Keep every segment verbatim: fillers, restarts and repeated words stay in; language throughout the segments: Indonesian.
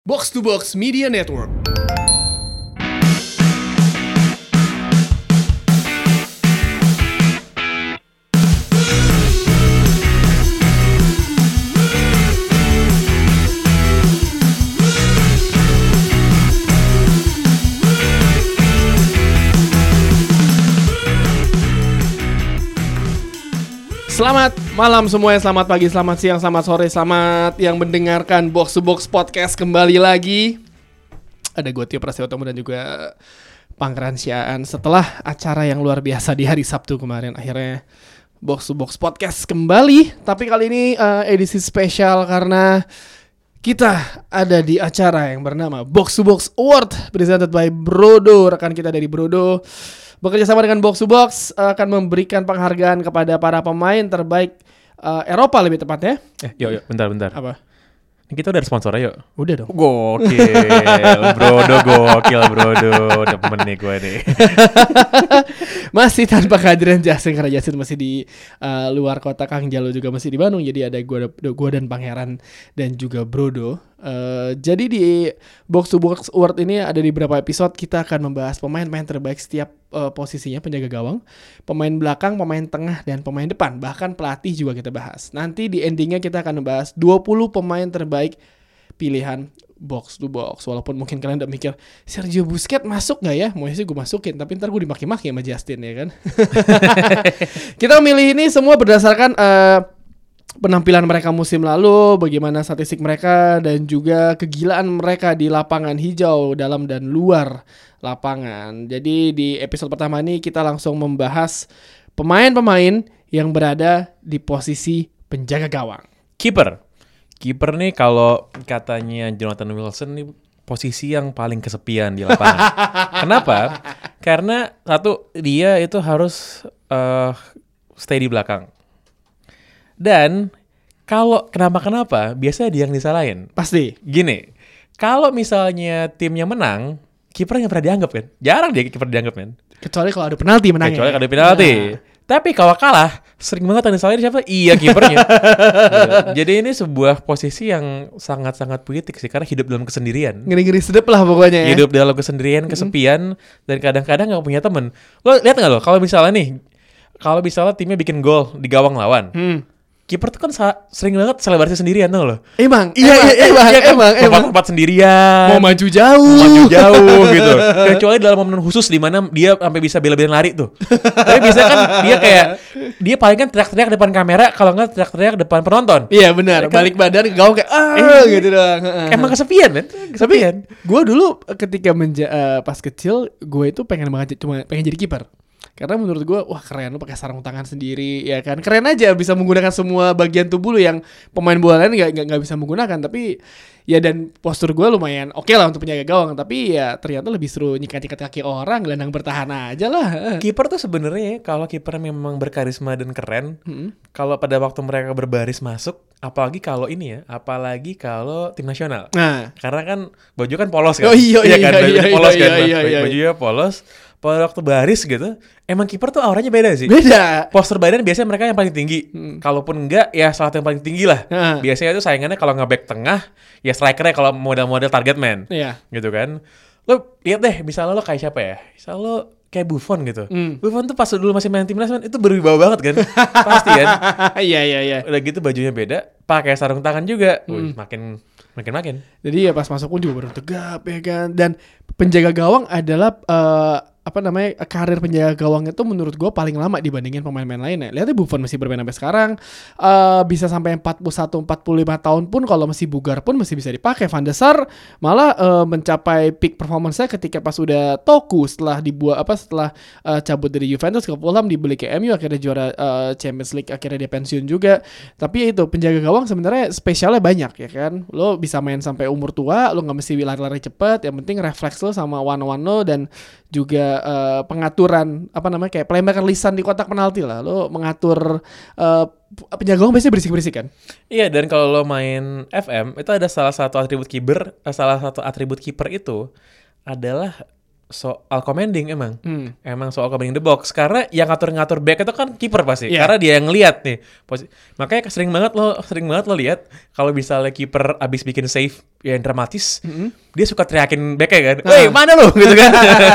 Box to Box Media Network. Selamat malam semuanya, selamat pagi, selamat siang, selamat sore, selamat yang mendengarkan Box to Box Podcast kembali lagi. Ada gue Tio Prasetyotomo dan juga Pangeran Siaan. Setelah acara yang luar biasa di hari Sabtu kemarin, akhirnya Box to Box Podcast kembali. Tapi kali ini uh, edisi spesial karena kita ada di acara yang bernama Box to Box Award presented by Brodo, rekan kita dari Brodo. Bekerja sama dengan Box to Box akan memberikan penghargaan kepada para pemain terbaik uh, Eropa lebih tepatnya. Eh, yuk, yuk, bentar, bentar. Apa? Kita udah ada sponsornya, yuk. Udah dong. Gokil, Brodo, gokil, Brodo. Demen nih gue nih. Masih tanpa kehadiran Jasin, karena Jasin masih di uh, luar kota, Kang Jalo juga masih di Bandung. Jadi ada gue, gue dan Pangeran dan juga Brodo. Uh, jadi di Box to Box Award ini ada di beberapa episode kita akan membahas pemain-pemain terbaik setiap uh, posisinya, penjaga gawang, pemain belakang, pemain tengah, dan pemain depan. Bahkan pelatih juga kita bahas. Nanti di endingnya kita akan membahas dua puluh pemain terbaik pilihan Box to Box. Walaupun mungkin kalian udah mikir Sergio Busquets masuk gak ya? Mau sih gue masukin, tapi ntar gue dimaki-maki sama Justin ya kan. Kita memilih ini semua berdasarkan uh, penampilan mereka musim lalu, bagaimana statistik mereka, dan juga kegilaan mereka di lapangan hijau, dalam dan luar lapangan. Jadi di episode pertama ini kita langsung membahas pemain-pemain yang berada di posisi penjaga gawang. Kiper. Kiper nih kalau katanya Jonathan Wilson nih posisi yang paling kesepian di lapangan. Kenapa? Karena satu, dia itu harus uh, stay di belakang. Dan kalau kenapa-kenapa, biasanya dia yang disalahin. Pasti. Gini, kalau misalnya timnya menang, kiper nggak pernah dianggap kan? Jarang dia kiper dianggap kan? Kecuali kalau ada penalti menangnya. Kecuali kalau ada penalti. Nah. Tapi kalau kalah, sering banget yang disalahin siapa? Iya, kipernya. Jadi ini sebuah posisi yang sangat-sangat puitik sih, karena hidup dalam kesendirian. Ngeri-ngeri sedep lah pokoknya ya. Hidup dalam kesendirian, kesepian, mm-hmm. dan kadang-kadang nggak punya temen. Lo lihat nggak lo? Kalau misalnya nih, kalau misalnya timnya bikin gol di gawang lawan. Hmm. Kiper tuh kan sa- sering banget selebrasi sendirian tuh loh. Emang, iya, emang, iya, emang, iya, kan? emang, emang. Tempat sendirian. Mau maju jauh. Mau maju jauh gitu. Kecuali dalam momen khusus di mana dia sampai bisa bela-belain lari tuh. Tapi biasanya kan dia kayak, dia paling kan teriak-teriak depan kamera, kalau nggak teriak-teriak depan penonton. Iya benar, kan? Balik badan ke gawang kayak, ah eh, gitu doang. Emang kesepian kan? Kesepian. Tapi gue dulu ketika menja- uh, pas kecil, gue itu pengen banget cuma pengen jadi kiper. Karena menurut gue, wah keren, lu pakai sarung tangan sendiri, ya kan, keren aja, bisa menggunakan semua bagian tubuh lu yang pemain bola lain nggak nggak bisa menggunakan. Tapi ya, dan postur gue lumayan oke okay lah untuk penjaga gawang. Tapi ya ternyata lebih seru nyikat-nyikat kaki orang, gelandang bertahan aja lah. Kiper tuh sebenarnya kalau kiper memang berkarisma dan keren, hmm. kalau pada waktu mereka berbaris masuk, apalagi kalau ini ya, apalagi kalau tim nasional. Nah, karena kan baju kan polos kan, oh, iya, iya, kan, iya, iya, polos iya, kan, iya, iya, bajunya polos. Pada waktu baris gitu, emang kiper tuh auranya beda sih. Beda. Postur badan biasanya mereka yang paling tinggi. Hmm. Kalaupun enggak, ya salah satu yang paling tinggi lah. Hmm. Biasanya itu saingannya kalau nggak back tengah, ya strikernya kalau model-model target man. Iya. Gitu kan. Lo lihat deh, misalnya lo kayak siapa ya? Misalnya lo kayak Buffon gitu. Hmm. Buffon tuh pas dulu masih main timnas itu berwibawa banget kan. Pasti kan. Iya, iya, iya. Udah gitu bajunya beda, pakai sarung tangan juga. Hmm. Wih, makin makin-makin. Jadi ya pas masuk pun juga baru tegap ya kan. Dan penjaga gawang adalah uh, apa namanya, karir penjaga gawang itu menurut gue paling lama dibandingin pemain-pemain lainnya. Lihatnya Buffon masih bermain sampai sekarang, uh, bisa sampai empat puluh satu empat puluh lima tahun pun, kalau masih bugar pun masih bisa dipakai. Van der Sar malah uh, mencapai peak performance-nya ketika pas udah toku, setelah dibuat apa setelah uh, cabut dari Juventus ke Fulham, dibeli ke M U, akhirnya juara uh, Champions League, akhirnya dia pensiun juga. Tapi ya itu, penjaga gawang sebenarnya spesialnya banyak ya kan. Lo bisa main sampai umur tua, lo nggak mesti lari-lari cepet, yang penting refleks lo sama one-one lo, dan juga uh, pengaturan apa namanya, kayak playmaker lisan di kotak penalti lah. Lo mengatur uh, penjaga gawang biasanya berisik-berisik kan. Iya, dan kalau lo main F M itu ada salah satu atribut kiper, salah satu atribut kiper itu adalah soal commanding emang. Hmm. Emang soal commanding the box. Karena yang ngatur-ngatur back itu kan kiper pasti. Yeah. Karena dia yang ngeliat nih. Posi- Makanya sering banget lo sering banget lo lihat kalau misalnya kiper abis bikin save yang dramatis, mm-hmm. dia suka teriakin backnya kan. Woi, mana lo? Gitu kan.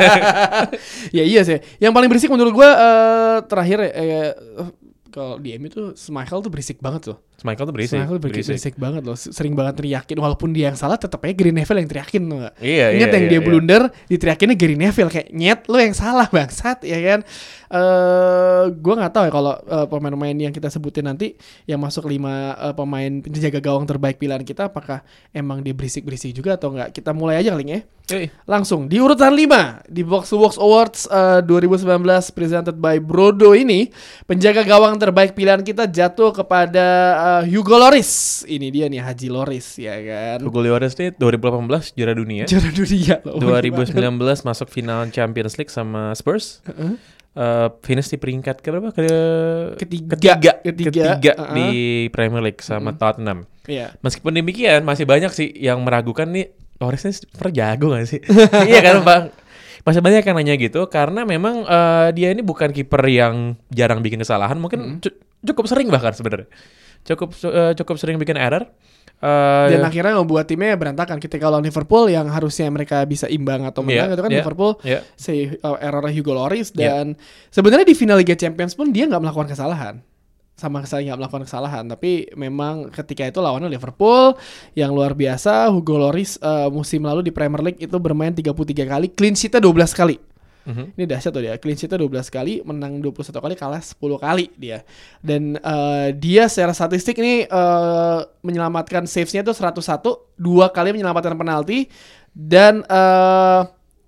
Ya iya sih. Yang paling berisik menurut gue uh, terakhir eh, kalau di M U tuh Schmeichel tuh berisik banget tuh. Schmeichel tuh berisik. Schmeichel berisik, berisik. berisik banget loh. Sering banget teriakin walaupun dia yang salah tetap aja Gary Neville yang teriakin tuh gak? Iya, Ingat iya, yang iya, dia iya. blunder diteriakinnya Gary Neville kayak nyet lo yang salah bangsat ya kan. Eh gue nggak tahu ya kalau uh, pemain-pemain yang kita sebutin nanti yang masuk lima uh, pemain penjaga gawang terbaik pilihan kita apakah emang dia berisik-berisik juga atau enggak. Kita mulai aja kali ya. Yoi. Langsung di urutan lima di Box to Box Awards uh, dua ribu sembilan belas presented by Brodo ini penjaga gawang terbaik pilihan kita jatuh kepada uh, Hugo Lloris. Ini dia nih Haji Lloris ya kan. Hugo Lloris nih dua ribu delapan belas juara dunia. Juara dunia loh. dua ribu sembilan belas masuk final Champions League sama Spurs. Uh-uh. Uh, finish di peringkat ke berapa? Ke Ketiga. ketiga, Ketiga. ketiga Uh-uh. di Premier League sama Mm. Tottenham. Iya. Meskipun demikian masih banyak sih yang meragukan nih Lloris ini sebenarnya jago gak sih? Iya kan Bang? Masih banyak yang nanya gitu karena memang uh, dia ini bukan kiper yang jarang bikin kesalahan, mungkin Mm. cu- cukup sering bahkan sebenarnya. Cukup uh, cukup sering bikin error. Uh, Dan akhirnya membuat timnya berantakan ketika lawan Liverpool yang harusnya mereka bisa imbang atau menang Yeah, itu kan yeah, Liverpool yeah. si uh, errornya Hugo Lloris dan sebenarnya di final Liga Champions pun dia nggak melakukan kesalahan sama sekali nggak melakukan kesalahan tapi memang ketika itu lawannya Liverpool yang luar biasa. Hugo Lloris uh, musim lalu di Premier League itu bermain tiga puluh tiga kali, clean sheet-nya dua belas kali. Mhm. Ini dahsyat tuh dia, clean sheet-nya dua belas kali, menang dua puluh satu kali, kalah sepuluh kali dia. Dan uh, dia secara statistik ini uh, menyelamatkan saves-nya itu seratus satu, dua kali menyelamatkan penalti dan uh,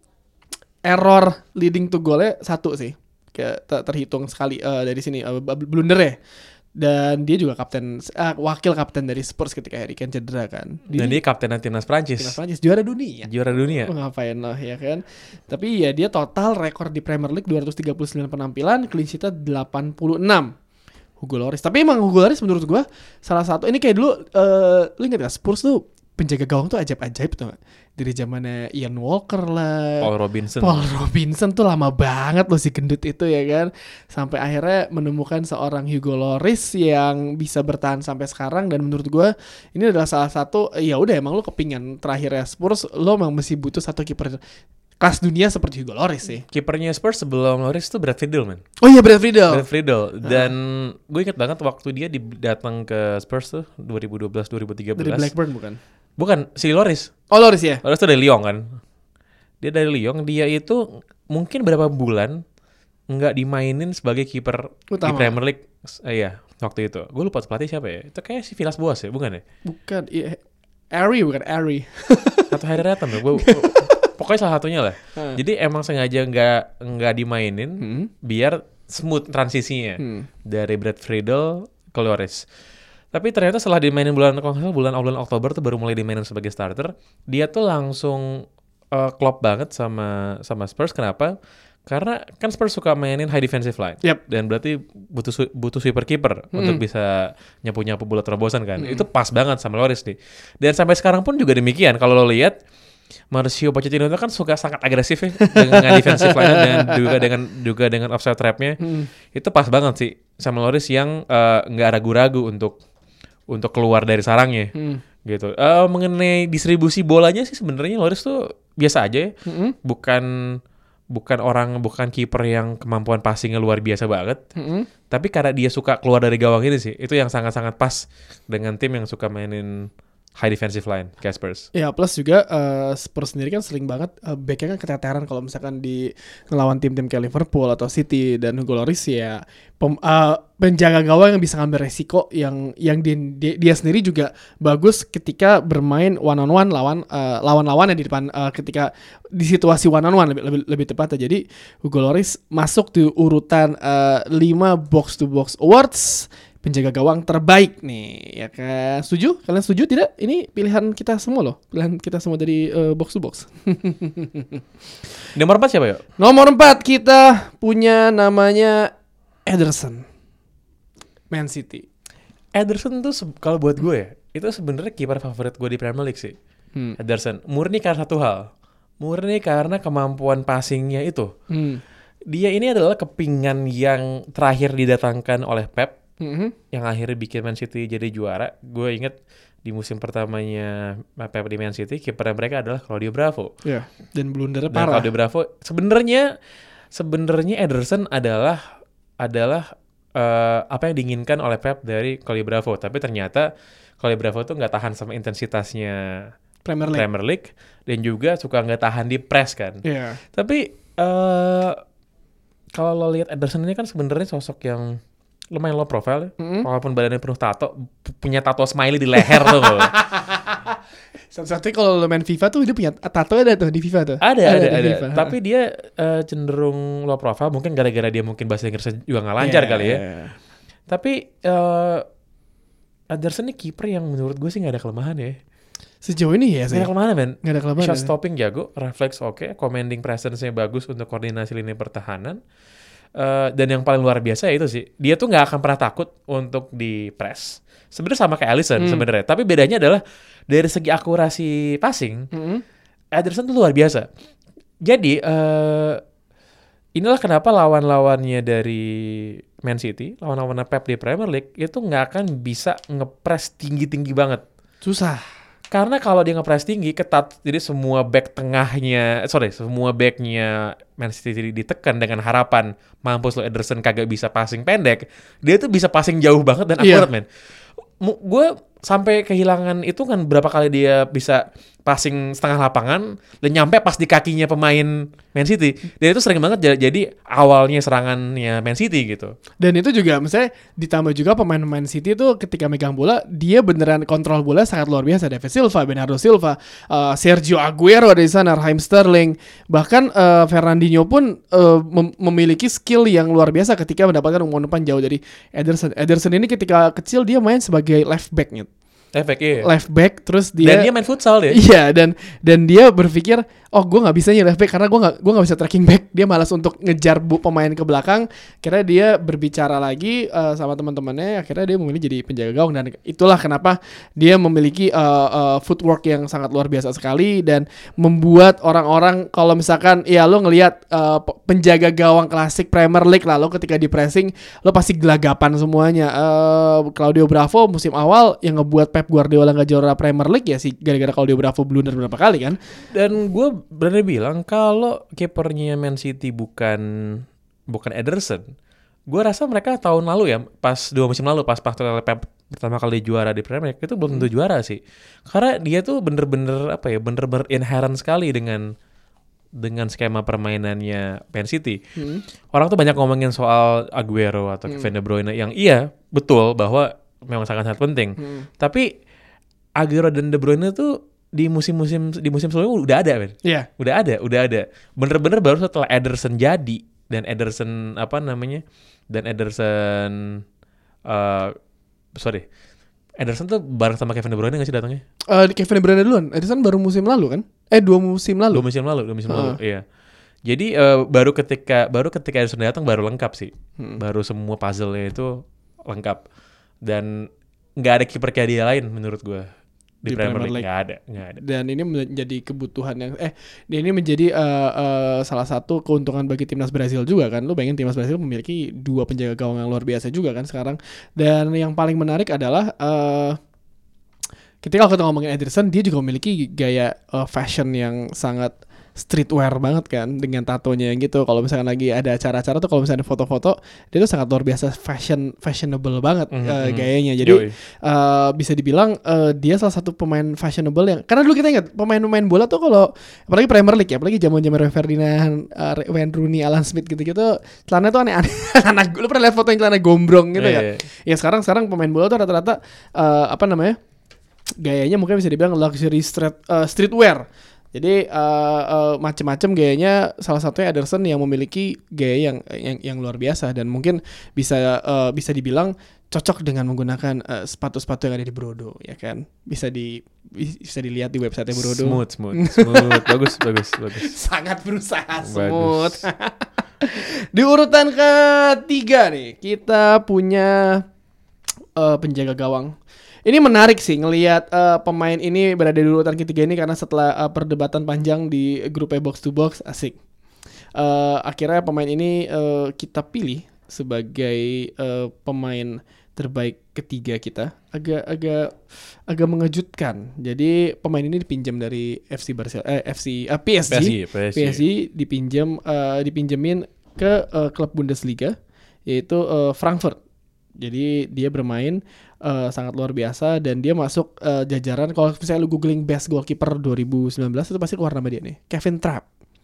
error leading to goal-nya satu sih. Kayak ter- terhitung sekali uh, dari sini uh, blunder ya. Dan dia juga kapten uh, wakil kapten dari Spurs ketika Harry Kane cedera kan. Dan dia kapten timnas Prancis. Timnas Prancis juara dunia. Juara dunia. Oh, ngapain loh ya kan. Tapi ya dia total rekor di Premier League dua ratus tiga puluh sembilan penampilan, clean sheet-nya delapan puluh enam. Hugo Lloris. Tapi emang Hugo Lloris menurut gua salah satu ini kayak dulu uh, lu ingat gak Spurs tuh penjaga gawang tuh ajaib-ajaib tuh gak? Dari zamannya Ian Walker lah, Paul Robinson. Paul Robinson tuh lama banget loh si gendut itu ya kan. Sampai akhirnya menemukan seorang Hugo Lloris yang bisa bertahan sampai sekarang. Dan menurut gue ini adalah salah satu, ya udah emang lo kepingin terakhirnya Spurs, lo emang masih butuh satu kiper kelas dunia seperti Hugo Lloris sih. Kipernya Spurs sebelum Lloris tuh Brad Friedel, man. Oh iya, Brad Friedel. Brad Friedel. Dan gue inget banget waktu dia di- datang ke Spurs tuh dua ribu dua belas dua ribu tiga belas. Dari Blackburn bukan? Bukan, si Lloris. Oh Lloris ya? Lloris tuh dari Lyon kan. Dia dari Lyon, dia itu mungkin berapa bulan nggak dimainin sebagai kiper di Utama. Premier League. Eh, iya, waktu itu. Gue lupa pelatih siapa ya. Itu kayak si Villas Boas ya, bukan ya? Bukan, iya. Ari bukan Ari. Atau Harry Redknapp ya. Gua- Pokoknya salah satunya lah. Hmm. Jadi emang sengaja nggak nggak dimainin Hmm. biar smooth transisinya Hmm. dari Brad Friedel ke Lloris. Tapi ternyata setelah dimainin bulan kalau nggak salah bulan bulan Oktober tuh baru mulai dimainin sebagai starter. Dia tuh langsung uh, klop banget sama sama Spurs. Kenapa? Karena kan Spurs suka mainin high defensive line. Yep. Dan berarti butuh su- butuh sweeper keeper Hmm. untuk bisa nyapu-nyapu bola terobosan kan. Hmm. Itu pas banget sama Lloris nih. Dan sampai sekarang pun juga demikian. Kalau lo lihat Mauricio Pochettino itu kan suka sangat agresif ya dengan defensive line dan juga dengan juga dengan offside trap-nya. Hmm. Itu pas banget sih sama Lloris yang uh, nggak ragu-ragu untuk untuk keluar dari sarangnya Hmm. gitu. Uh, mengenai distribusi bolanya sih sebenarnya Lloris tuh biasa aja ya. Hmm. Bukan bukan orang bukan kiper yang kemampuan passingnya luar biasa banget. Hmm. Tapi karena dia suka keluar dari gawang ini sih, itu yang sangat-sangat pas dengan tim yang suka mainin high defensive line kayak Spurs. Ya plus juga uh, Spurs sendiri kan sering banget uh, backnya kan keteteran kalau misalkan di ngelawan tim-tim kayak Liverpool atau City. Dan Hugo Lloris ya pem, uh, penjaga gawang yang bisa ngambil resiko yang yang dia, dia, dia sendiri juga bagus ketika bermain one on one lawan uh, lawan-lawannya di depan uh, ketika di situasi one on one lebih lebih, lebih tepatnya. Jadi Hugo Lloris masuk di urutan uh, lima box to box awards penjaga gawang terbaik nih, ya kan? Setuju? Kalian setuju tidak? Ini pilihan kita semua loh, pilihan kita semua dari uh, box to box. Nomor empat siapa ya? Nomor empat kita punya namanya Ederson, Man City. Ederson tuh se- kalau buat gue ya, itu sebenarnya kiper favorit gue di Premier League sih. Hmm. Ederson murni karena satu hal, Murni karena kemampuan passingnya itu. Hmm. Dia ini adalah kepingan yang terakhir didatangkan oleh Pep, Mm-hmm. yang akhirnya bikin Man City jadi juara. Gue inget di musim pertamanya Pep di Man City, kipernya mereka adalah Claudio Bravo. Ya, dan blundernya Dan parah. Claudio Bravo sebenarnya sebenarnya Ederson adalah adalah uh, apa yang diinginkan oleh Pep dari Claudio Bravo, tapi ternyata Claudio Bravo tuh nggak tahan sama intensitasnya Premier League. Premier League dan juga suka nggak tahan di press kan. Iya. Tapi uh, kalau lo lihat Ederson ini kan sebenarnya sosok yang lumayan low profile, Mm-hmm. walaupun badannya penuh tato, punya tato smiley di leher tuh. Satu-satunya kalau lo main FIFA tuh dia punya tato ada tuh di FIFA tuh. Ada, ada, di ada. FIFA. Tapi dia uh, cenderung low profile, mungkin gara-gara dia mungkin bahasa Inggrisnya juga nggak lancar Yeah. kali ya. Tapi uh, Ederson ini kiper yang menurut gue sih nggak ada kelemahan ya. Sejauh ini ya sih. Nggak ada kelemahan men. Nggak ada kelemahan. Shot ya. stopping jago, refleks oke, commanding presence-nya bagus untuk koordinasi lini pertahanan. Uh, dan yang paling luar biasa ya itu sih, dia tuh nggak akan pernah takut untuk di press. Sebenarnya sama kayak Alisson Hmm. sebenarnya, tapi bedanya adalah dari segi akurasi passing, Mm-hmm. Ederson tuh luar biasa. Jadi uh, inilah kenapa lawan-lawannya dari Man City, lawan-lawan Pep di Premier League itu nggak akan bisa ngepress tinggi-tinggi banget. Susah. Karena kalau dia nge-press tinggi, ketat, jadi semua back tengahnya, sorry, semua backnya Man City ditekan dengan harapan mampus lo Ederson kagak bisa passing pendek, dia tuh bisa passing jauh banget dan akurat, Iya. men. Gue sampai kehilangan itu kan berapa kali dia bisa passing setengah lapangan dan nyampe pas di kakinya pemain Man City. Dia itu sering banget j- jadi awalnya serangannya Man City gitu. Dan itu juga misalnya ditambah juga pemain-pemain City itu ketika megang bola dia beneran kontrol bola sangat luar biasa. David Silva, Bernardo Silva, uh, Sergio Aguero ada di sana, Raheem Sterling, bahkan uh, Fernandinho pun uh, mem- memiliki skill yang luar biasa ketika mendapatkan umpan umpan jauh dari Ederson. Ederson ini ketika kecil dia main sebagai left back-nya. Efeknya. Left back terus dia Dan dia main futsal dia. Iya, dan dan dia berpikir, oh gue nggak bisa nih left back karena gue nggak gue nggak bisa tracking back. Dia malas untuk ngejar bu pemain ke belakang. Akhirnya dia berbicara lagi uh, sama teman-temannya. Akhirnya dia memilih jadi penjaga gawang dan itulah kenapa dia memiliki uh, uh, footwork yang sangat luar biasa sekali dan membuat orang-orang kalau misalkan ya lo ngelihat uh, penjaga gawang klasik Premier League lalu ketika di pressing lo pasti gelagapan semuanya. Uh, Claudio Bravo musim awal yang ngebuat Pep Guardiola nggak juara Premier League ya sih gara-gara Claudio Bravo blunder berapa kali kan. Dan gue berani bilang kalau kipernya Man City bukan bukan Ederson, gue rasa mereka tahun lalu ya pas dua musim lalu pas pas Pep pertama kali juara di Premier League itu belum tentu juara sih, karena dia tuh bener-bener apa ya bener-bener inherent sekali dengan dengan skema permainannya Man City. Hmm. Orang tuh banyak ngomongin soal Aguero atau Kevin De Bruyne yang iya betul bahwa memang sangat-sangat penting. Hmm. Tapi Aguero dan De Bruyne tuh di musim-musim di musim sebelumnya udah ada, men. Iya. Udah ada, udah ada. Bener-bener baru setelah Ederson jadi dan Ederson apa namanya? Dan Ederson uh, sorry. Ederson tuh bareng sama Kevin De Bruyne nggak sih datangnya? Uh, Kevin De Bruyne duluan. Ederson baru musim lalu kan? Eh dua musim lalu. Dua musim lalu, dua musim Uh. lalu, iya. Jadi uh, baru ketika baru ketika Ederson datang baru lengkap sih. Hmm. Baru semua puzzle-nya itu lengkap. Dan nggak ada kiper kayak dia lain menurut gue di, Di Premier Premier League. League. Nggak ada, nggak ada. Dan ini menjadi kebutuhan yang eh ini menjadi uh, uh, salah satu keuntungan bagi timnas Brazil juga kan. Lu bayangin timnas Brazil memiliki dua penjaga gawang yang luar biasa juga kan sekarang. Dan yang paling menarik adalah uh, ketika kita ngomongin Ederson, dia juga memiliki gaya uh, fashion yang sangat streetwear banget kan dengan tatonya yang gitu. Kalau misalkan lagi ada acara-acara tuh kalau misalnya ada foto-foto dia tuh sangat luar biasa fashion fashionable banget Mm-hmm. uh, gayanya. Jadi Yoi. uh, bisa dibilang uh, dia salah satu pemain fashionable yang karena dulu kita ingat pemain-pemain bola tuh kalau apalagi Premier League ya, apalagi zaman-zaman Rio Ferdinand, uh, Wayne Rooney, Alan Smith gitu-gitu, celana tuh aneh-aneh. Anak lu pernah lihat foto yang celana gombrong gitu Iya, kan? iya. Ya sekarang sekarang pemain bola tuh rata-rata uh, apa namanya? Gayanya mungkin bisa dibilang luxury street uh, streetwear. Jadi uh, uh, macam-macam gayanya, salah satunya Ederson yang memiliki gaya yang yang, yang luar biasa dan mungkin bisa uh, bisa dibilang cocok dengan menggunakan uh, sepatu-sepatu yang ada di Brodo ya kan. Bisa di bisa dilihat di website Brodo. Smooth, smooth, smooth. Bagus, bagus, bagus. Sangat berusaha Bagus. smooth. Di urutan ketiga nih kita punya uh, penjaga gawang. Ini menarik sih ngelihat uh, pemain ini berada di urutan ketiga ini karena setelah uh, perdebatan panjang di grup box to box asik. Uh, akhirnya pemain ini uh, kita pilih sebagai uh, pemain terbaik ketiga kita. Agak agak agak mengejutkan. Jadi pemain ini dipinjam dari F C Barcelona, eh, F C uh, P S G, P S G, P S G. P S G dipinjam uh, dipinjemin ke uh, klub Bundesliga yaitu uh, Frankfurt. Jadi dia bermain uh, sangat luar biasa dan dia masuk uh, jajaran kalau misalnya lu googling best goalkeeper dua ribu sembilan belas itu pasti keluar nama dia nih, Kevin Trapp.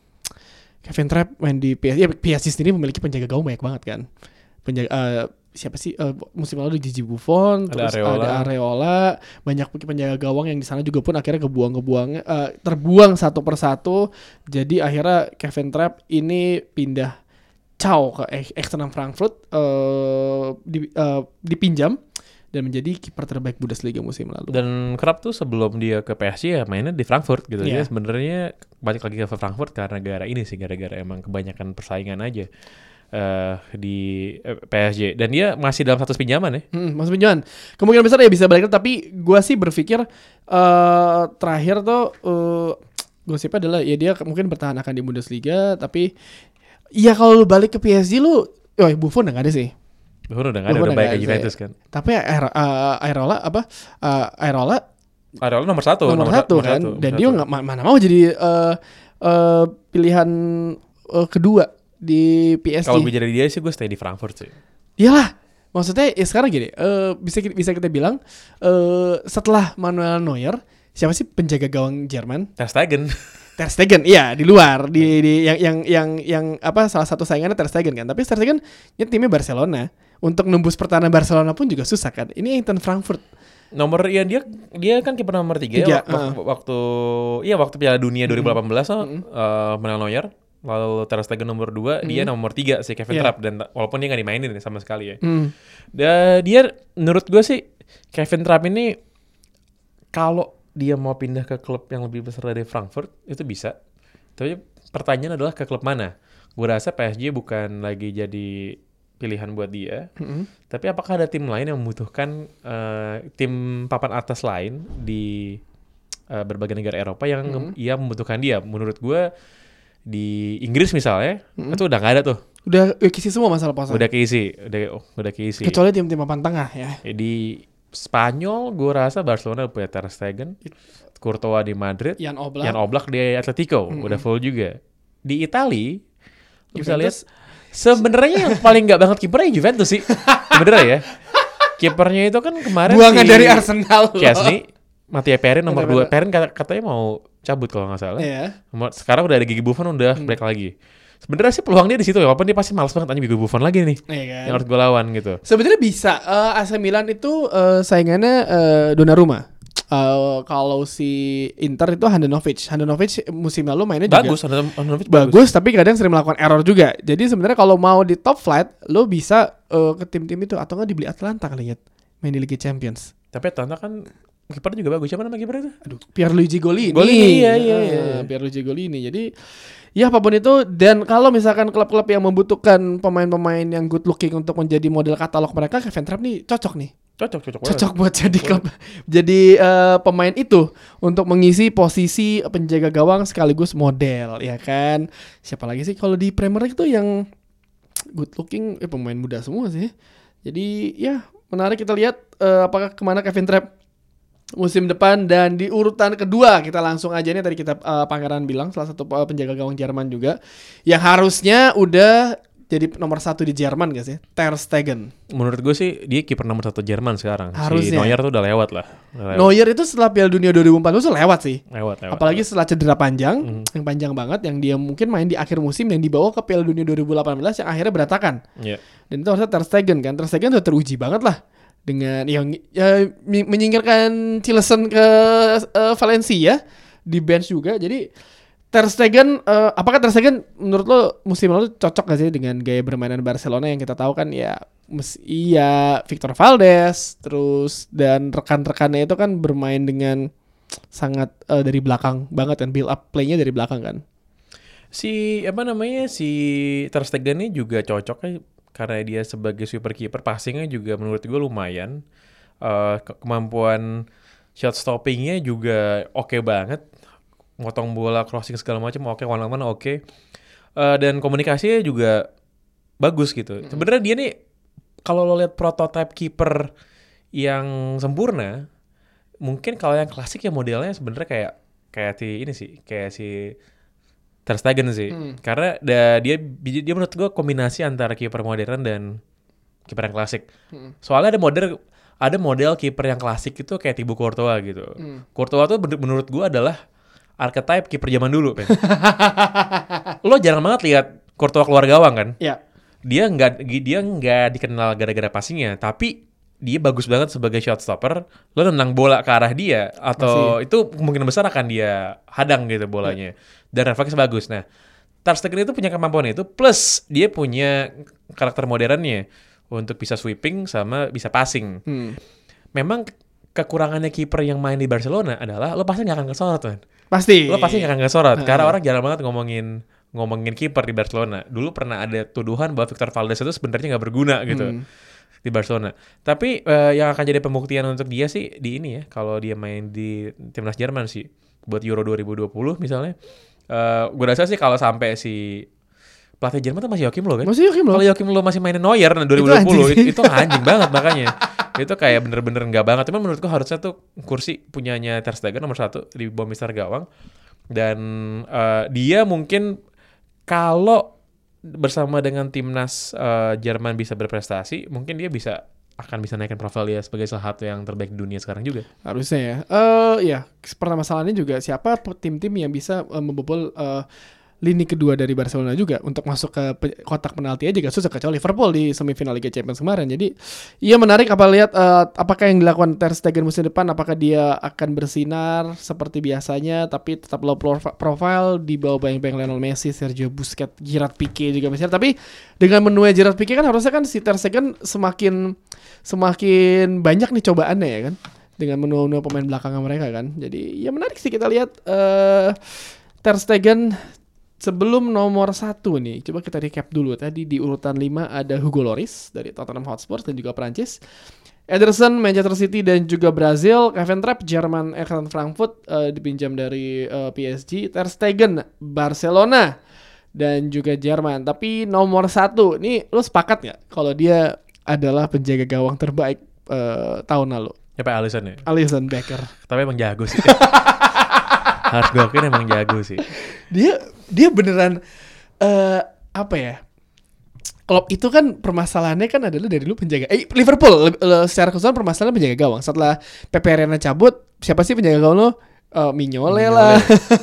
Kevin Trapp main di P S G. Ya, P S G sendiri memiliki penjaga gawang banyak banget kan. Penjaga uh, siapa sih uh, musim lalu Gigi Buffon, ada terus Areola. ada Areola, banyak penjaga gawang yang di sana juga pun akhirnya kebuang-kebuang uh, terbuang satu persatu. Jadi akhirnya Kevin Trapp ini pindah Ciao ke Eintracht Frankfurt uh, di, uh, dipinjam dan menjadi kiper terbaik Bundesliga musim lalu. Dan Krab tuh sebelum dia ke P S G ya mainnya di Frankfurt gitu. Yeah. Dia sebenarnya balik lagi ke Frankfurt karena gara ini sih, gara-gara emang kebanyakan persaingan aja uh, di uh, P S G. Dan dia masih dalam status pinjaman ya. Hmm, Mas pinjaman. Kemungkinan besar ya bisa balik, tapi gue sih berpikir uh, terakhir tuh uh, gosipnya adalah ya dia mungkin bertahan akan di Bundesliga, tapi iya kalau lu balik ke P S G lu, oh Buffon udah gak ada sih. Buffon udah gak ada, udah balik ke Juventus kan. Tapi Aer, uh, Areola apa? Uh, Areola Areola nomor satu. Nomor, nomor satu kan. Satu, dan dia nggak mana mau jadi uh, uh, pilihan uh, kedua di P S G. Kalau gue jadi dia sih gue stay di Frankfurt sih. Iyalah. Maksudnya ya sekarang gini, uh, bisa bisa kita bilang uh, setelah Manuel Neuer, siapa sih penjaga gawang Jerman? Ter Stegen. Ter Stegen, iya di luar, di, di yang yang yang yang apa salah satu saingannya Ter Stegen kan. Tapi Ter Stegen ini timnya Barcelona. Untuk nembus pertahanan Barcelona pun juga susah kan. Ini Eintracht Frankfurt. Nomor ya dia dia kan kiper nomor tiga, tiga ya, waktu, uh. waktu iya waktu Piala Dunia dua ribu delapan belas mm-hmm. mm-hmm. uh, Manuel Neuer, lalu Ter Stegen nomor dua, mm-hmm. dia nomor tiga si Kevin yeah. Trapp, dan walaupun dia nggak dimainin sama sekali ya. Mm. Dan dia menurut gue sih Kevin Trapp ini kalau dia mau pindah ke klub yang lebih besar dari Frankfurt itu bisa. Tapi pertanyaan adalah ke klub mana? Gue rasa P S G bukan lagi jadi pilihan buat dia. Mm-hmm. Tapi apakah ada tim lain yang membutuhkan uh, tim papan atas lain di uh, berbagai negara Eropa yang mm-hmm. ia membutuhkan dia? Menurut gue di Inggris misalnya mm-hmm. itu udah nggak ada tuh. Udah keisi semua masalah pasang. Udah keisi, udah oh, udah keisi. Kecuali tim-tim papan tengah ya. Di Spanyol gue rasa Barcelona punya Ter Stegen, Courtois di Madrid, Jan Oblak, Jan Oblak di Atletico, mm-hmm. udah full juga. Di Itali lu bisa lihat sebenarnya yang paling nggak banget kipernya Juventus sih, sebenarnya ya. Kipernya itu kan kemarin buangan si dari Arsenal. Chesney, Mattia Perin nomor dua. Perin katanya mau cabut kalau nggak salah. Yeah. Sekarang udah ada Gigi Buffon udah hmm. break lagi. Sebenarnya sih peluang dia di situ ya, walaupun dia pasti malas banget tanya Gigi Buffon lagi nih, yeah, kan? Yang harus gue lawan gitu. Sebenarnya bisa. Uh, A C Milan itu uh, saingannya uh, Donnarumma. Uh, kalau si Inter itu Handanovic. Handanovic musim lalu mainnya bagus, juga Handanovic bagus, bagus, tapi kadang sering melakukan error juga. Jadi sebenarnya kalau mau di top flight, lo bisa uh, ke tim-tim itu atau nggak dibeli Atlanta kali ya, main di Liga Champions. Tapi Atlanta kan kiper juga bagus. Siapa nama kiper itu? Aduh, Pierluigi Golini. Golini, iya iya iya. Uh, Pierluigi Golini. Jadi ya apapun itu, dan kalau misalkan klub-klub yang membutuhkan pemain-pemain yang good looking untuk menjadi model katalog mereka, Kevin Trapp nih cocok nih. Cocok, cocok, cocok buat jadi klub, jadi uh, pemain itu untuk mengisi posisi penjaga gawang sekaligus model, ya kan? Siapa lagi sih kalau di Premier League tuh yang good looking, eh, pemain muda semua sih. Jadi ya menarik kita lihat uh, apakah kemana Kevin Trapp musim depan. Dan di urutan kedua kita langsung aja nih, tadi kita uh, Pangeran bilang salah satu uh, penjaga gawang Jerman juga yang harusnya udah jadi nomor satu di Jerman gak sih? Ter Stegen. Menurut gue sih dia kiper nomor satu Jerman sekarang. Harusnya. Si Neuer tuh udah lewat lah. Udah lewat. Neuer itu setelah Piala Dunia dua ribu empat belas tuh lewat sih. Lewat, lewat. Apalagi lewat. setelah cedera panjang, mm. yang panjang banget, yang dia mungkin main di akhir musim yang dibawa ke Piala Dunia dua ribu delapan belas yang akhirnya berantakan. Yeah. Dan itu harusnya Ter Stegen kan. Ter Stegen udah teruji banget lah dengan yang ya, menyingkirkan Cilesen ke uh, Valencia di bench juga. Jadi Ter Stegen, uh, apakah Ter Stegen menurut lo musim lalu cocok gak sih dengan gaya permainan Barcelona yang kita tahu kan ya, mes, iya Victor Valdes, terus dan rekan-rekannya itu kan bermain dengan sangat uh, dari belakang banget kan, build up play-nya dari belakang kan. Si apa namanya si Ter Stegen ini juga cocok kan karena dia sebagai super keeper, passingnya juga menurut gue lumayan. Uh, ke- kemampuan shot stoppingnya juga oke banget, motong bola, crossing segala macam oke, one-on-one oke. Uh, dan komunikasinya juga bagus gitu. Sebenarnya dia nih kalau lo lihat prototype kiper yang sempurna, mungkin kalau yang klasik ya modelnya sebenarnya kayak kayak si ini sih, kayak si Ter Stegen sih. Hmm. Karena da, dia dia menurut gue kombinasi antara kiper modern dan kiper yang klasik. Hmm. Soalnya ada model ada model kiper yang klasik itu kayak Thibaut Courtois gitu. Hmm. Courtois tuh ben- menurut gue adalah archetype kiper zaman dulu, Pen. Lo jarang banget lihat Courtois keluar gawang kan? Ya. Dia nggak dia nggak dikenal gara-gara passingnya, tapi dia bagus banget sebagai shot stopper. Lo nendang bola ke arah dia atau Masih. itu kemungkinan besar akan dia hadang gitu bolanya. Dan refleksnya bagus. Nah, Ter Stegen itu punya kemampuan itu plus dia punya karakter modernnya untuk bisa sweeping sama bisa passing. Hmm. Memang kekurangannya kiper yang main di Barcelona adalah lo pasti nggak akan kesorot, kan? Pasti. Lo pasti nggak akan kesorot Hmm. karena orang jarang banget ngomongin ngomongin kiper di Barcelona. Dulu pernah ada tuduhan bahwa Victor Valdes itu sebenarnya nggak berguna gitu. Hmm. Di Barcelona. Tapi uh, yang akan jadi pembuktian untuk dia sih di ini ya, kalau dia main di timnas Jerman sih buat Euro dua ribu dua puluh misalnya. Uh, gue rasa sih kalau sampai si pelatih Jerman tuh masih Joachim Löw kan? Masih Joachim Löw. Kalau Joachim Löw masih mainin Neuer nah dua ribu dua puluh Itu anjing. itu, itu anjing banget makanya. Itu kayak bener-bener nggak banget. Cuman menurutku harusnya tuh kursi punyanya Ter Stegen nomor satu di bawah mister gawang. Dan uh, dia mungkin kalau bersama dengan timnas uh, Jerman bisa berprestasi, mungkin dia bisa akan bisa naikin profil dia sebagai salah satu yang terbaik di dunia sekarang juga. Harusnya ya. Eh ya, permasalahannya juga siapa tim-tim yang bisa uh, membobol uh, lini kedua dari Barcelona juga untuk masuk ke pe- kotak penalti aja gak susah, kecuali Liverpool di semifinal Liga Champions kemarin. Jadi iya menarik apa lihat uh, apakah yang dilakukan Ter Stegen musim depan, apakah dia akan bersinar seperti biasanya tapi tetap low prof- profile di bawah bayang-bayang Lionel Messi, Sergio Busquets, Gerard Pique juga misalnya. Tapi dengan menuai Gerard Pique kan harusnya kan si Ter Stegen semakin semakin banyak nih cobaannya ya kan, dengan menua-menua pemain belakang mereka kan. Jadi ya menarik sih kita lihat uh, Ter Stegen. Sebelum nomor satu nih, coba kita recap dulu. Tadi di urutan lima ada Hugo Lloris dari Tottenham Hotspur dan juga Prancis. Ederson, Manchester City dan juga Brazil. Kevin Trapp, Jerman, Eintracht Frankfurt uh, dipinjam dari uh, P S G. Ter Stegen, Barcelona dan juga Jerman. Tapi nomor satu, nih lo sepakat nggak kalau dia adalah penjaga gawang terbaik uh, tahun lalu? Siapa Alisson ya? Alisson Becker. Tapi emang jago sih. Harus gue akuin emang jago sih. Dia dia beneran uh, apa ya? Klopp itu kan permasalahannya kan adalah dari dulu penjaga. Eh Liverpool uh, secara keseluruhan permasalahan penjaga gawang. Setelah Pepe Reina cabut, siapa sih penjaga gawang lo? Uh, Mignolet lah.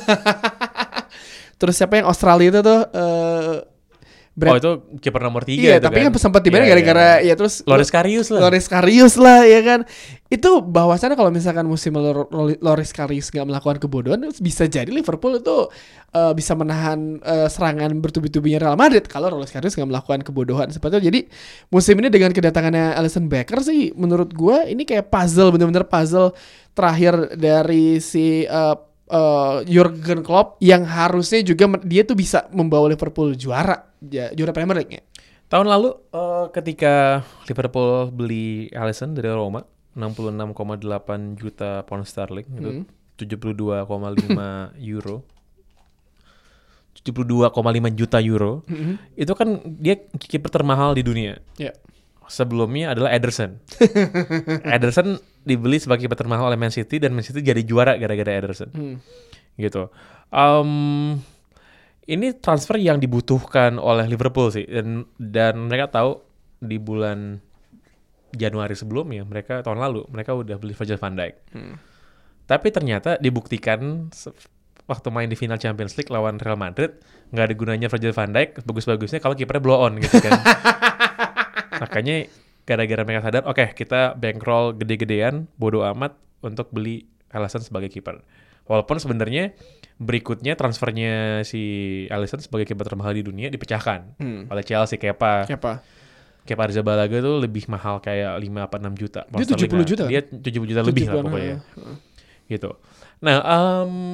Terus siapa yang Australia itu tuh? Uh, Brad. Oh itu kiper nomor tiga iya, itu tapi kan kan sempat dimana yeah, gara-gara yeah. ya terus Loris Karius lah. Loris Karius lah ya kan. Itu bahwasannya kalau misalkan musim lalu Loris Karius nggak melakukan kebodohan, bisa jadi Liverpool itu uh, bisa menahan uh, serangan bertubi-tubinya Real Madrid kalau Loris Karius nggak melakukan kebodohan seperti itu. Jadi musim ini dengan kedatangannya Alisson Becker sih, menurut gue ini kayak puzzle, bener-bener puzzle terakhir dari si uh, Uh, Jurgen Klopp yang harusnya juga dia tuh bisa membawa Liverpool juara ya, juara Premier League ya. Tahun lalu uh, ketika Liverpool beli Alisson dari Roma enam puluh enam koma delapan juta pound sterling itu Hmm. tujuh puluh dua koma lima euro tujuh puluh dua koma lima juta euro Mm-hmm. itu kan dia kiper termahal di dunia. Ya. Sebelumnya adalah Ederson. Ederson dibeli sebagai kiper termahal oleh Man City dan Man City jadi juara gara-gara Ederson. Hmm. Gitu. Um, ini transfer yang dibutuhkan oleh Liverpool sih dan dan mereka tahu di bulan Januari sebelumnya mereka tahun lalu mereka udah beli Virgil van Dijk. Hmm. Tapi ternyata dibuktikan waktu main di final Champions League lawan Real Madrid nggak ada gunanya Virgil van Dijk, bagus-bagusnya kalau kipernya blow on gitu kan. Makanya gara-gara mereka sadar, oke okay, kita bankroll gede-gedean, bodo amat untuk beli Alisson sebagai kiper. Walaupun sebenarnya berikutnya transfernya si Alisson sebagai kiper termahal di dunia dipecahkan Hmm. oleh Chelsea. Kepa Siapa? Kepa Arrizabalaga tuh lebih mahal kayak lima atau enam juta. Dia tujuh puluh juta. Dia tujuh puluh juta lebih lah pokoknya. Uh. Gitu. Nah, um,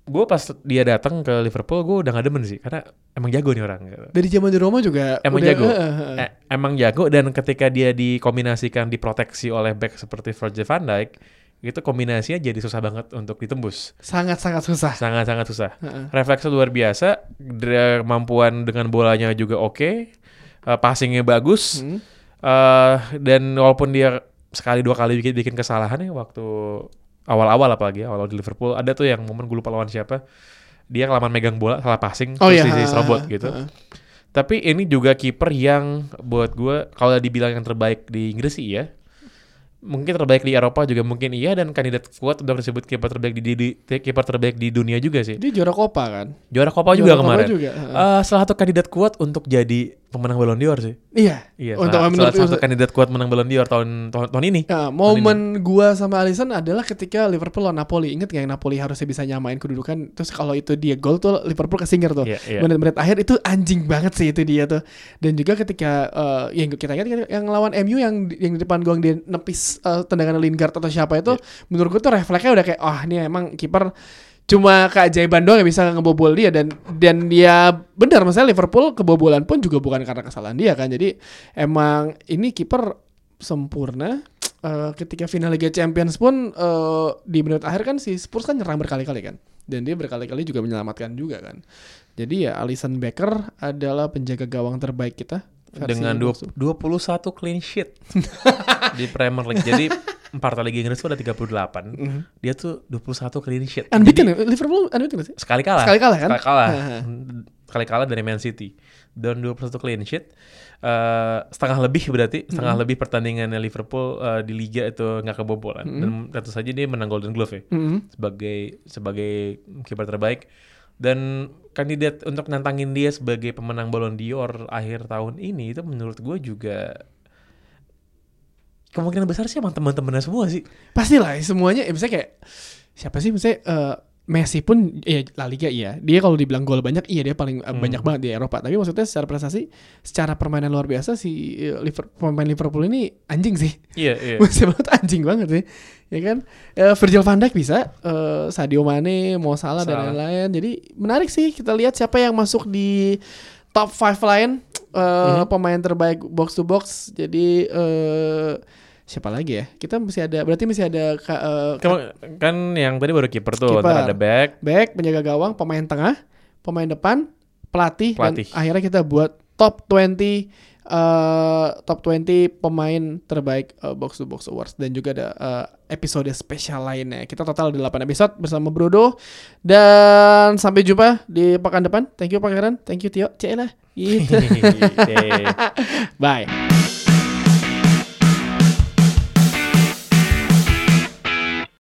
gue pas dia datang ke Liverpool gue udah gak demen sih karena emang jago nih orang. Dari zaman di Roma juga emang udah, jago, uh, uh. Eh, emang jago dan ketika dia dikombinasikan diproteksi oleh back seperti Virgil van Dijk itu kombinasinya jadi susah banget untuk ditembus. Sangat-sangat susah. Sangat-sangat susah. Uh-uh. Refleksnya luar biasa, kemampuan dengan bolanya juga oke, uh, passingnya bagus, Hmm. uh, dan walaupun dia sekali dua kali bikin bikin kesalahan ya waktu awal-awal apalagi awal di Liverpool ada tuh yang momen gue lupa lawan siapa, dia kelamaan megang bola salah passing Oh, terus iya. diserobot gitu. Uh-uh. Tapi ini juga kiper yang buat gue kalau dibilang yang terbaik di Inggris sih ya. Mungkin terbaik di Eropa juga mungkin iya dan kandidat kuat untuk disebut kiper terbaik di, di, di kiper terbaik di dunia juga sih. Dia juara Copa kan? Juara Copa juga Juara Copa kemarin. juga. Uh, salah satu kandidat kuat untuk jadi pemenang Ballon d'Or sih. Iya. Iya. Untuk Salah, menurut salah satu kandidat kuat menang Ballon d'Or tahun tahun, tahun ini. Ya, momen gua sama Alisson adalah ketika Liverpool lawan Napoli. Ingat gak yang Napoli harusnya bisa nyamain kedudukan. Terus kalau itu dia gol tuh Liverpool kesingkir tuh. Iya, iya. Menit-menit akhir itu anjing banget sih itu dia tuh. Dan juga ketika uh, yang kita ingat yang lawan M U yang yang di depan gawang dia nepis uh, tendangan Lingard atau siapa itu, Iya. menurut gua tuh refleksnya udah kayak oh ini emang kiper cuma keajaiban doang yang bisa ngebobol dia dan dan dia benar maksudnya Liverpool kebobolan pun juga bukan karena kesalahan dia kan. Jadi emang ini kiper sempurna. Uh, ketika final Liga Champions pun uh, di menit akhir kan si Spurs kan nyerang berkali-kali kan dan dia berkali-kali juga menyelamatkan juga kan. Jadi ya Alisson Becker adalah penjaga gawang terbaik kita dengan dua puluh satu clean sheet di Premier League. Jadi empat Liga Inggris itu ada tiga puluh delapan. Mm-hmm. Dia tuh dua puluh satu clean sheet. Unbeaten ya? Liverpool unbeaten sih? Sekali kalah. Sekali kalah kan? Sekali kalah. Sekali kalah dari Man City. Dan dua puluh satu clean sheet. Uh, setengah lebih berarti. Setengah mm-hmm. lebih pertandingannya Liverpool uh, di Liga itu gak kebobolan. Mm-hmm. Dan tentu saja dia menang Golden Glove ya. Mm-hmm. Sebagai sebagai kiper terbaik. Dan kandidat untuk nantangin dia sebagai pemenang Ballon d'Or akhir tahun ini itu menurut gue juga kemungkinan besar sih emang teman-temannya semua sih. Pastilah semuanya ya misalnya kayak siapa sih misalnya uh, Messi pun ya La Liga iya. Dia kalau dibilang gol banyak iya dia paling uh, hmm. banyak banget di Eropa. Tapi maksudnya secara prestasi, secara permainan luar biasa si uh, Liverpool, pemain Liverpool ini anjing sih. Iya, iya. Maksudnya banget anjing banget sih. Ya kan? Uh, Virgil van Dijk bisa, uh, Sadio Mane, Mo Salah, Salah dan lain-lain. Jadi menarik sih kita lihat siapa yang masuk di top lima lain uh, mm-hmm. pemain terbaik box to box. Jadi uh, siapa lagi ya? Kita masih ada, berarti masih ada uh, kan, kan yang tadi baru kiper tuh, keeper, ntar ada back, back, penjaga gawang, pemain tengah, pemain depan, pelatih, pelatih. Dan akhirnya kita buat top dua puluh uh, top dua puluh pemain terbaik uh, box to box awards dan juga ada uh, episode spesial lainnya. Kita total ada delapan episode bersama Brodo dan sampai jumpa di pekan depan. Thank you Pangeran, thank you Tio, Cela. Gitu. Bye.